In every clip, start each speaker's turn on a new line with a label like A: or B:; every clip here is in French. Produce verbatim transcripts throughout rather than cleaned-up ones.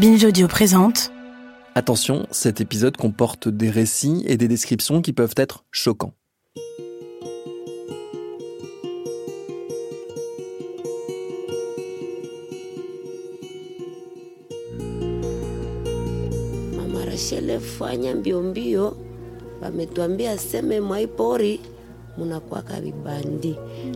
A: Binge Audio présente.
B: Attention, cet épisode comporte des récits et des descriptions qui peuvent être choquants.
C: Mama Rachel fanya mbio mbio, wametuambia seme mwaipori munakuwaka vibandi.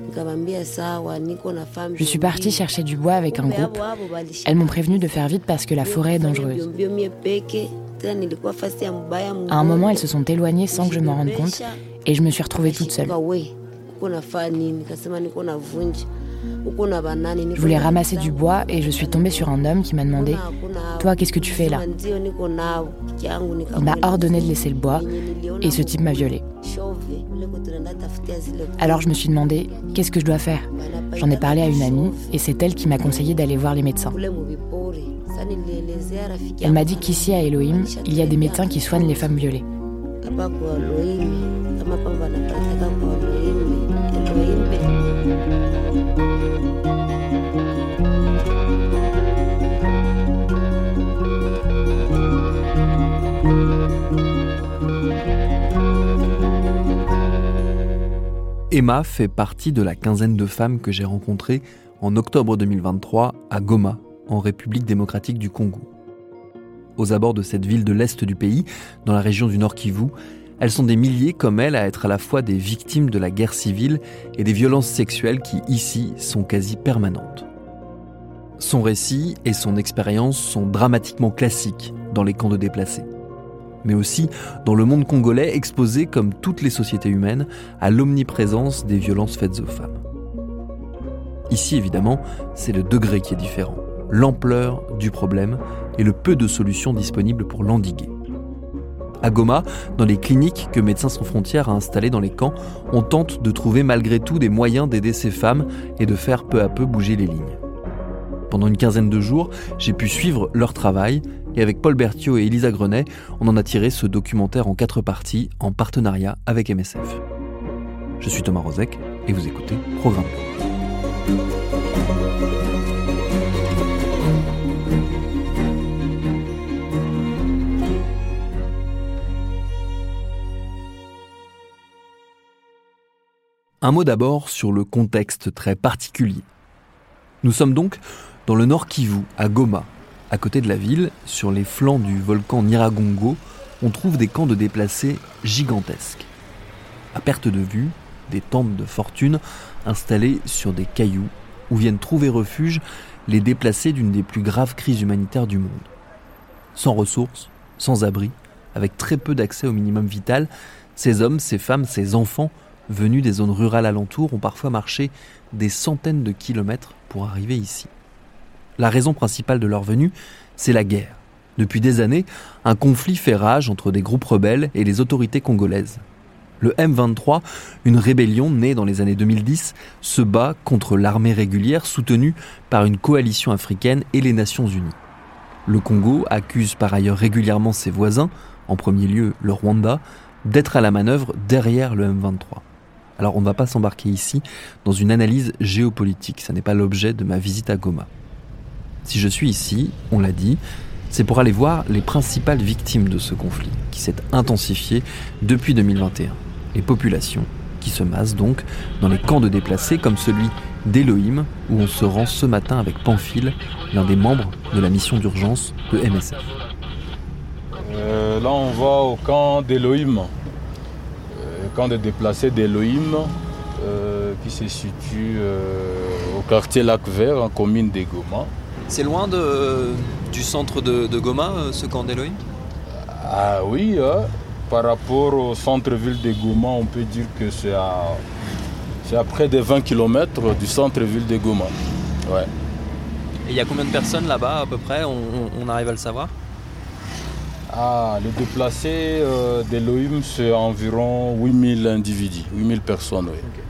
D: Je suis partie chercher du bois avec un groupe. Elles m'ont prévenue de faire vite parce que la forêt est dangereuse. À un moment, elles se sont éloignées sans que je m'en rende compte et je me suis retrouvée toute seule. Je voulais ramasser du bois et je suis tombée sur un homme qui m'a demandé « Toi, qu'est-ce que tu fais là ?» Il m'a ordonné de laisser le bois et ce type m'a violée. Alors je me suis demandé « Qu'est-ce que je dois faire ?» J'en ai parlé à une amie et c'est elle qui m'a conseillé d'aller voir les médecins. Elle m'a dit qu'ici à Elohim, il y a des médecins qui soignent les femmes violées.
B: Emma fait partie de la quinzaine de femmes que j'ai rencontrées en octobre deux mille vingt-trois à Goma, en République démocratique du Congo. Aux abords de cette ville de l'est du pays, dans la région du Nord Kivu, elles sont des milliers comme elle à être à la fois des victimes de la guerre civile et des violences sexuelles qui, ici, sont quasi permanentes. Son récit et son expérience sont dramatiquement classiques dans les camps de déplacés, mais aussi dans le monde congolais exposé, comme toutes les sociétés humaines, à l'omniprésence des violences faites aux femmes. Ici, évidemment, c'est le degré qui est différent, l'ampleur du problème et le peu de solutions disponibles pour l'endiguer. À Goma, dans les cliniques que Médecins sans frontières a installées dans les camps, on tente de trouver malgré tout des moyens d'aider ces femmes et de faire peu à peu bouger les lignes. Pendant une quinzaine de jours, j'ai pu suivre leur travail et avec Paul Berthiaud et Elisa Grenet, on en a tiré ce documentaire en quatre parties en partenariat avec M S F. Je suis Thomas Rozek et vous écoutez Programme B. Un mot d'abord sur le contexte très particulier. Nous sommes donc dans le Nord Kivu, à Goma. À côté de la ville, sur les flancs du volcan Nyiragongo, on trouve des camps de déplacés gigantesques. À perte de vue, des tentes de fortune installées sur des cailloux où viennent trouver refuge les déplacés d'une des plus graves crises humanitaires du monde. Sans ressources, sans abri, avec très peu d'accès au minimum vital, ces hommes, ces femmes, ces enfants venus des zones rurales alentours ont parfois marché des centaines de kilomètres pour arriver ici. La raison principale de leur venue, c'est la guerre. Depuis des années, un conflit fait rage entre des groupes rebelles et les autorités congolaises. Le M vingt-trois, une rébellion née dans les années deux mille dix, se bat contre l'armée régulière soutenue par une coalition africaine et les Nations Unies. Le Congo accuse par ailleurs régulièrement ses voisins, en premier lieu le Rwanda, d'être à la manœuvre derrière le M vingt-trois. Alors on ne va pas s'embarquer ici dans une analyse géopolitique, ça n'est pas l'objet de ma visite à Goma. Si je suis ici, on l'a dit, c'est pour aller voir les principales victimes de ce conflit, qui s'est intensifié depuis deux mille vingt et un. Les populations qui se massent donc dans les camps de déplacés comme celui d'Elohim, où on se rend ce matin avec Pamphile, l'un des membres de la mission d'urgence de M S F.
E: Euh, là on va au camp d'Elohim, euh, camp de déplacés d'Elohim, euh, qui se situe euh, au quartier Lac Vert, en commune de Goma.
B: C'est loin de, du centre de, de Goma, ce camp d'Elohim ?
E: Ah oui, hein. Par rapport au centre-ville de Goma, on peut dire que c'est à, c'est à près de vingt kilomètres du centre-ville de Goma. Ouais.
B: Et il y a combien de personnes là-bas à peu près ? on, on, on arrive à le savoir ?
E: Ah, les déplacés euh, d'Elohim, c'est environ huit mille individus, huit mille personnes, oui. Okay.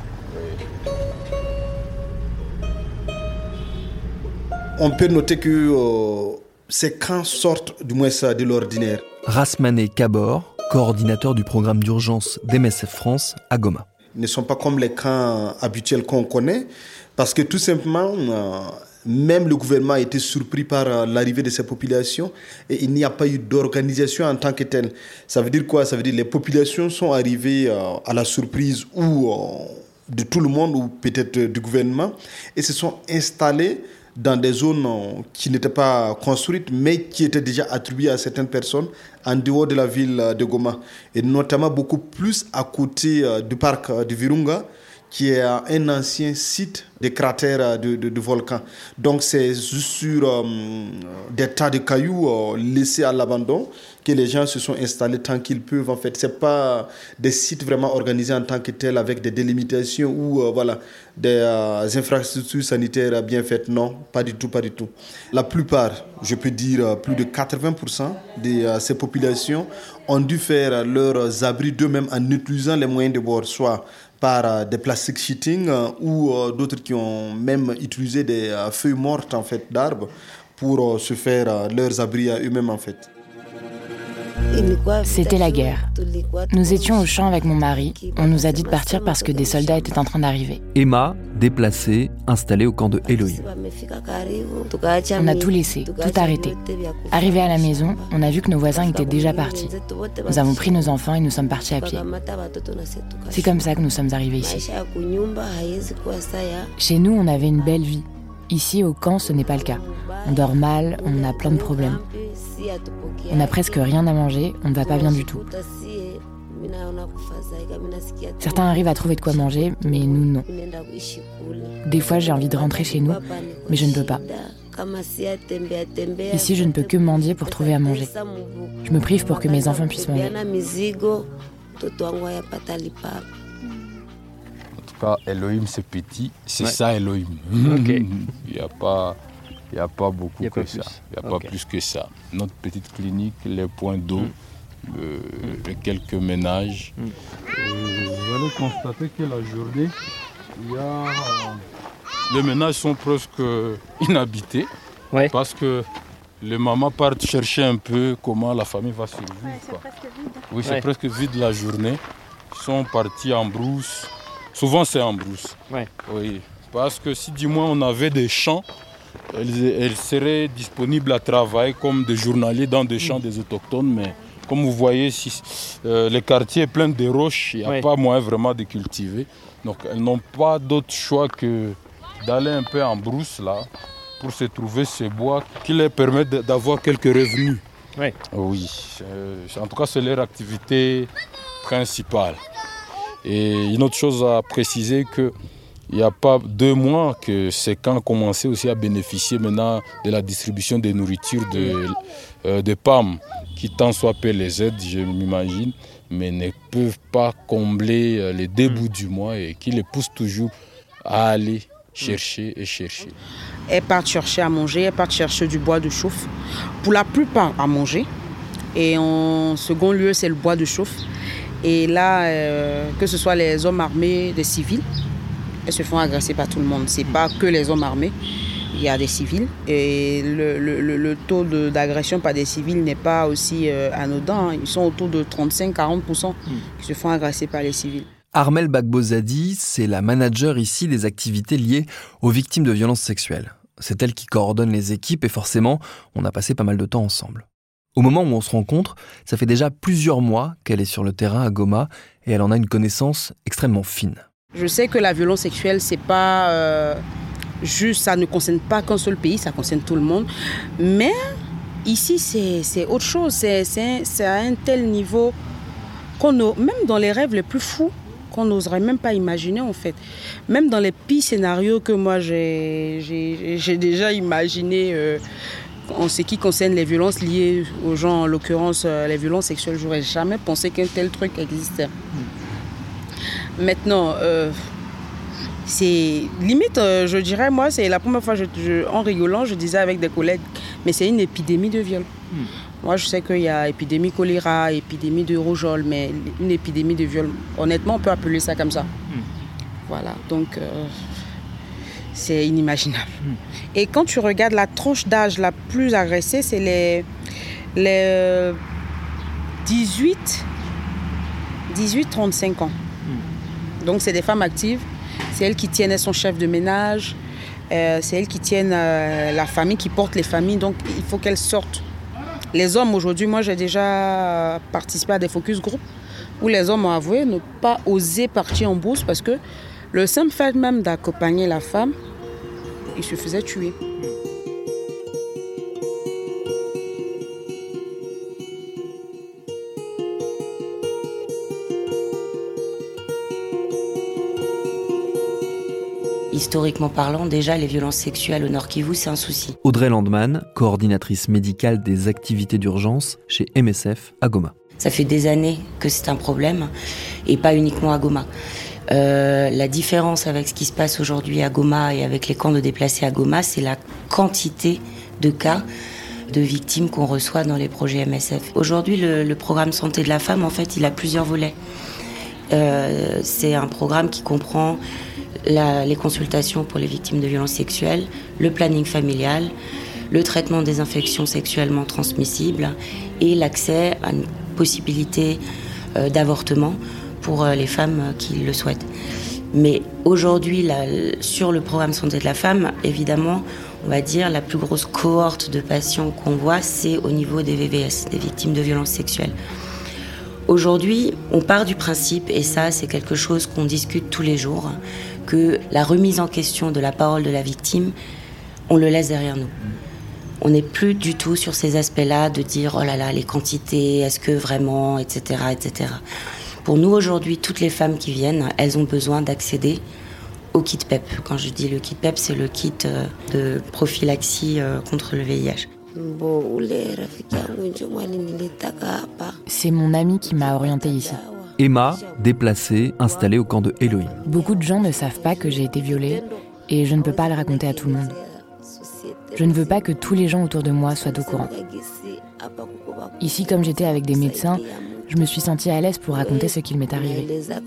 F: On peut noter que euh, ces camps sortent du moins de l'ordinaire.
B: Rasmané Kabor, coordinateur du programme d'urgence d'M S F France à Goma.
F: Ils ne sont pas comme les camps habituels qu'on connaît, parce que tout simplement, euh, même le gouvernement a été surpris par euh, l'arrivée de ces populations et il n'y a pas eu d'organisation en tant que telle. Ça veut dire quoi? Ça veut dire que les populations sont arrivées euh, à la surprise ou euh, de tout le monde ou peut-être euh, du gouvernement et se sont installées dans des zones euh, qui n'étaient pas construites mais qui étaient déjà attribuées à certaines personnes en dehors de la ville euh, de Goma et notamment beaucoup plus à côté euh, du parc euh, de Virunga, qui est un ancien site de cratères de, de, de volcans. Donc c'est sur euh, des tas de cailloux euh, laissés à l'abandon que les gens se sont installés tant qu'ils peuvent. En fait, ce n'est pas des sites vraiment organisés en tant que tels avec des délimitations ou euh, voilà, des euh, infrastructures sanitaires bien faites. Non, pas du tout, pas du tout. La plupart, je peux dire plus de quatre-vingts pour cent de euh, ces populations ont dû faire leurs abris d'eux-mêmes en utilisant les moyens de bord, soit par euh, des plastic sheeting euh, ou euh, d'autres qui ont même utilisé des euh, feuilles mortes en fait, d'arbres pour euh, se faire euh, leurs abris à eux-mêmes en fait.
D: C'était la guerre. Nous étions au champ avec mon mari. On nous a dit de partir parce que des soldats étaient en train d'arriver.
B: Emma, déplacée, installée au camp de Elohim.
D: On a tout laissé, tout arrêté. Arrivé à la maison, on a vu que nos voisins étaient déjà partis. Nous avons pris nos enfants et nous sommes partis à pied. C'est comme ça que nous sommes arrivés ici. Chez nous, on avait une belle vie. Ici, au camp, ce n'est pas le cas. On dort mal, on a plein de problèmes. On n'a presque rien à manger, on ne va pas bien du tout. Certains arrivent à trouver de quoi manger, mais nous, non. Des fois, j'ai envie de rentrer chez nous, mais je ne peux pas. Ici, je ne peux que mendier pour trouver à manger. Je me prive pour que mes enfants puissent manger.
E: En tout cas, Elohim, c'est petit, c'est ouais. Ça Elohim.
B: Okay.
E: Il n'y a pas... Il n'y a pas beaucoup
B: a
E: que
B: pas
E: ça.
B: plus.
E: Il n'y a okay. pas plus que ça. Notre petite clinique, les points d'eau, mm. euh, mm. quelques ménages. Mm. Euh, vous allez constater que la journée, il y a... les ménages sont presque inhabités.
B: Ouais.
E: Parce que les mamans partent chercher un peu comment la famille va survivre.
A: Ouais, c'est presque vide.
E: Oui, c'est
B: ouais.
E: presque vide la journée. Ils sont partis en brousse. Souvent, c'est en brousse.
B: Ouais.
E: Oui. Parce que si du moins on avait des champs, Elles, elles seraient disponibles à travailler comme des journaliers dans des champs des autochtones, mais comme vous voyez, si, euh, le quartier est plein de roches, il n'y a ouais. pas moyen vraiment de cultiver. Donc elles n'ont pas d'autre choix que d'aller un peu en brousse là, pour se trouver ces bois qui leur permettent d'avoir quelques revenus.
B: Ouais.
E: Oui, euh, en tout cas c'est leur activité principale. Et une autre chose à préciser, que il n'y a pas deux mois que ces camps ont commencé aussi à bénéficier maintenant de la distribution de nourriture de, euh, de P A M, qui tant soit peu les aides, je m'imagine, mais ne peuvent pas combler les deux bouts du mois et qui les poussent toujours à aller chercher et chercher.
G: Elles partent chercher à manger, elles partent chercher du bois de chauffe, pour la plupart à manger. Et en second lieu, c'est le bois de chauffe. Et là, euh, que ce soit les hommes armés, des civils, elles se font agresser par tout le monde. Ce n'est pas que les hommes armés, il y a des civils. Et le, le, le taux de, d'agression par des civils n'est pas aussi euh, anodin. Ils sont autour de trente-cinq à quarante pour cent qui se font agresser par les civils.
B: Armelle Bagbozadi, c'est la manager ici des activités liées aux victimes de violences sexuelles. C'est elle qui coordonne les équipes et forcément, on a passé pas mal de temps ensemble. Au moment où on se rencontre, ça fait déjà plusieurs mois qu'elle est sur le terrain à Goma et elle en a une connaissance extrêmement fine.
G: Je sais que la violence sexuelle, c'est pas euh, juste, ça ne concerne pas qu'un seul pays, ça concerne tout le monde. Mais ici, c'est, c'est autre chose. C'est, c'est, c'est à un tel niveau qu'on a, même dans les rêves les plus fous, qu'on n'oserait même pas imaginer en fait. Même dans les pires scénarios que moi j'ai, j'ai, j'ai déjà imaginé euh, en ce qui concerne les violences liées aux gens, en l'occurrence euh, les violences sexuelles, j'aurais jamais pensé qu'un tel truc existait. Maintenant, euh, c'est limite, euh, je dirais, moi, c'est la première fois, je, je, en rigolant, je disais avec des collègues, mais c'est une épidémie de viol. Mm. Moi, je sais qu'il y a épidémie choléra, épidémie de rougeole, mais une épidémie de viol, honnêtement, on peut appeler ça comme ça. Mm. Voilà, donc euh, c'est inimaginable. Mm. Et quand tu regardes la tranche d'âge la plus agressée, c'est les, les dix-huit à trente-cinq ans. Donc c'est des femmes actives, c'est elles qui tiennent son chef de ménage, Euh, c'est elles qui tiennent euh, la famille, qui portent les familles, donc il faut qu'elles sortent. Les hommes, aujourd'hui, moi j'ai déjà participé à des focus group où les hommes ont avoué ne pas oser partir en bourse parce que le simple fait même d'accompagner la femme, il se faisait tuer.
A: Historiquement parlant, déjà, les violences sexuelles au Nord Kivu, c'est un souci.
B: Audrey Landman, coordinatrice médicale des activités d'urgence chez M S F à Goma.
A: Ça fait des années que c'est un problème, et pas uniquement à Goma. Euh, la différence avec ce qui se passe aujourd'hui à Goma et avec les camps de déplacés à Goma, c'est la quantité de cas de victimes qu'on reçoit dans les projets M S F. Aujourd'hui, le, le programme Santé de la femme, en fait, il a plusieurs volets. Euh, c'est un programme qui comprend La, les consultations pour les victimes de violences sexuelles, le planning familial, le traitement des infections sexuellement transmissibles et l'accès à une possibilité euh, d'avortement pour euh, les femmes qui le souhaitent. Mais aujourd'hui, là, sur le programme Santé de la femme, évidemment, on va dire la plus grosse cohorte de patients qu'on voit, c'est au niveau des V V S, des victimes de violences sexuelles. Aujourd'hui, on part du principe, et ça c'est quelque chose qu'on discute tous les jours, que la remise en question de la parole de la victime, on le laisse derrière nous. On n'est plus du tout sur ces aspects-là de dire « oh là là, les quantités, est-ce que vraiment, et cetera, et cetera » Pour nous aujourd'hui, toutes les femmes qui viennent, elles ont besoin d'accéder au kit P E P. Quand je dis le kit P E P, c'est le kit de prophylaxie contre le V I H.
D: C'est mon ami qui m'a orientée ici.
B: Emma, déplacée, installée au camp de Elohim.
D: Beaucoup de gens ne savent pas que j'ai été violée et je ne peux pas le raconter à tout le monde. Je ne veux pas que tous les gens autour de moi soient au courant. Ici, comme j'étais avec des médecins, je me suis sentie à l'aise pour raconter ce qu'il m'est arrivé.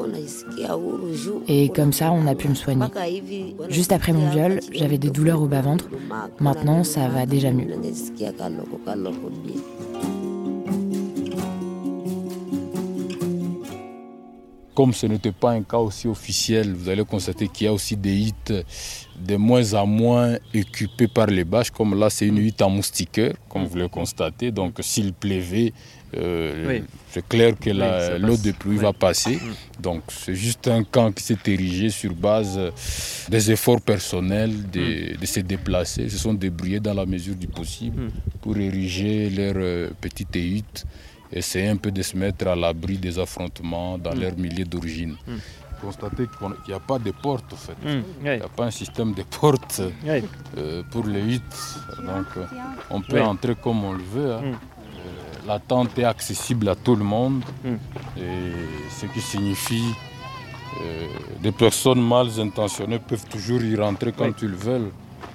D: Et comme ça, on a pu me soigner. Juste après mon viol, j'avais des douleurs au bas-ventre. Maintenant, ça va déjà mieux.
E: Comme ce n'était pas un cas aussi officiel, vous allez constater qu'il y a aussi des huttes de moins en moins occupées par les bâches. Comme là, c'est une hutte en moustiquaire, comme vous le constatez. Donc, s'il pleuvait, euh, oui. c'est clair que la, oui, l'eau de pluie oui. va passer. Donc, c'est juste un camp qui s'est érigé sur base des efforts personnels de, mm. de se déplacer. Ils se sont débrouillés dans la mesure du possible mm. pour ériger leurs euh, petites huttes. Essayer un peu de se mettre à l'abri des affrontements dans mmh. leur milieu d'origine. Mmh. Constatez qu'il n'y a pas de porte, en fait. Mmh. Il n'y a pas un système de porte oui. euh, pour les huttes. Donc, euh, on peut oui. entrer comme on le veut. Hein. Mmh. Euh, la tente est accessible à tout le monde. Mmh. Et ce qui signifie euh, des personnes mal intentionnées peuvent toujours y rentrer quand oui. ils veulent.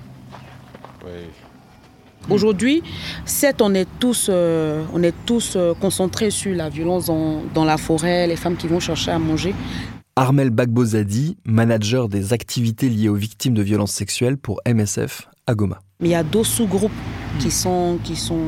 E: Oui.
G: Aujourd'hui, certes, on est tous, euh, on est tous euh, concentrés sur la violence dans, dans la forêt, les femmes qui vont chercher à manger.
B: Armel Bagbozadi, manager des activités liées aux victimes de violences sexuelles pour M S F à Goma.
G: Il y a d'autres sous-groupes mmh. qui, sont, qui, sont,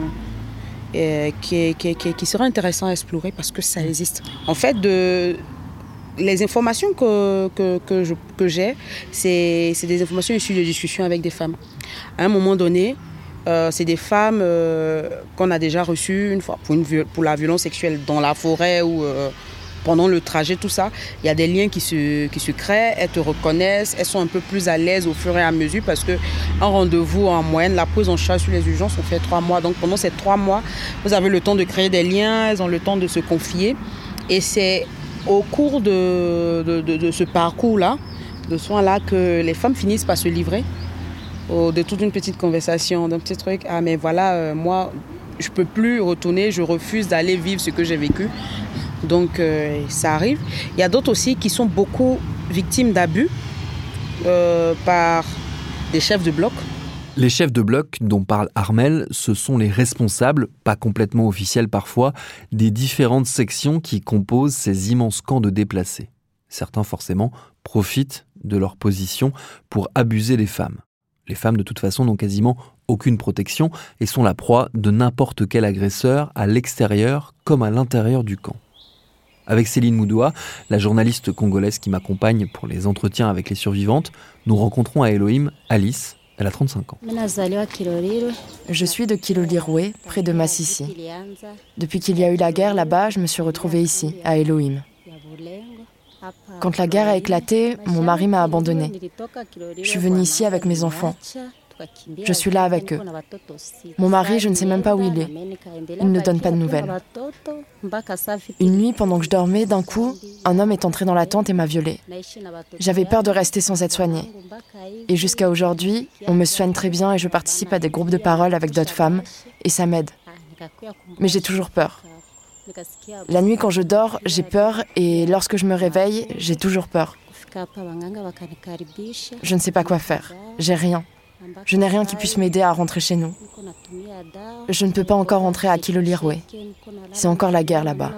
G: euh, qui, qui, qui, qui seraient intéressants à explorer parce que ça existe. En fait, de... les informations que, que, que, je, que j'ai, c'est, c'est des informations issues de discussions avec des femmes. À un moment donné, Euh, c'est des femmes euh, qu'on a déjà reçues une fois pour, une, pour la violence sexuelle dans la forêt ou euh, pendant le trajet, tout ça. Il y a des liens qui se, qui se créent, elles te reconnaissent, elles sont un peu plus à l'aise au fur et à mesure parce qu'un rendez-vous en moyenne, la prise en charge sur les urgences, on fait trois mois. Donc pendant ces trois mois, vous avez le temps de créer des liens, elles ont le temps de se confier. Et c'est au cours de, de, de, de ce parcours-là, de soins-là, que les femmes finissent par se livrer. De toute une petite conversation, d'un petit truc. Ah mais voilà, euh, moi, je ne peux plus retourner, je refuse d'aller vivre ce que j'ai vécu. Donc euh, ça arrive. Il y a d'autres aussi qui sont beaucoup victimes d'abus euh, par des chefs de bloc.
B: Les chefs de bloc dont parle Armel, ce sont les responsables, pas complètement officiels parfois, des différentes sections qui composent ces immenses camps de déplacés. Certains forcément profitent de leur position pour abuser des femmes. Les femmes, de toute façon, n'ont quasiment aucune protection et sont la proie de n'importe quel agresseur à l'extérieur comme à l'intérieur du camp. Avec Céline Moudoua, la journaliste congolaise qui m'accompagne pour les entretiens avec les survivantes, nous rencontrons à Elohim Alice. Elle a trente-cinq ans.
H: Je suis de Kilolirwe, près de Massissi. Depuis qu'il y a eu la guerre là-bas, je me suis retrouvée ici, à Elohim. Quand la guerre a éclaté, mon mari m'a abandonnée. Je suis venue ici avec mes enfants. Je suis là avec eux. Mon mari, je ne sais même pas où il est. Il ne donne pas de nouvelles. Une nuit, pendant que je dormais, d'un coup, un homme est entré dans la tente et m'a violée. J'avais peur de rester sans être soignée. Et jusqu'à aujourd'hui, on me soigne très bien et je participe à des groupes de parole avec d'autres femmes et ça m'aide. Mais j'ai toujours peur. La nuit, quand je dors, j'ai peur et lorsque je me réveille, j'ai toujours peur. Je ne sais pas quoi faire. J'ai rien. Je n'ai rien qui puisse m'aider à rentrer chez nous. Je ne peux pas encore rentrer à Kilolirwe. C'est encore la guerre là-bas.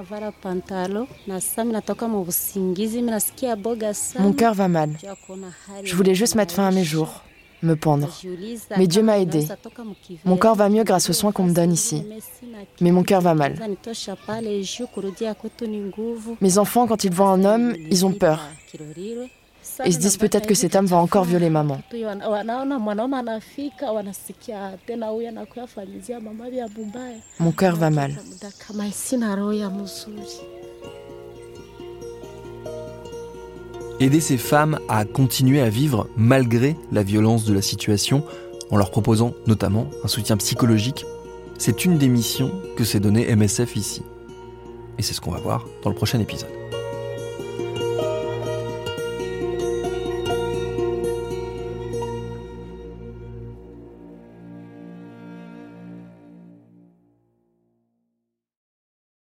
H: Mon cœur va mal. Je voulais juste mettre fin à mes jours, me pendre. Mais Dieu m'a aidée. Mon corps va mieux grâce aux soins qu'on me donne ici. Mais mon cœur va mal. Mes enfants, quand ils voient un homme, ils ont peur. Et se disent peut-être que cet homme va encore violer maman. Mon cœur va mal.
B: Aider ces femmes à continuer à vivre malgré la violence de la situation, en leur proposant notamment un soutien psychologique, c'est une des missions que s'est donnée M S F ici. Et c'est ce qu'on va voir dans le prochain épisode.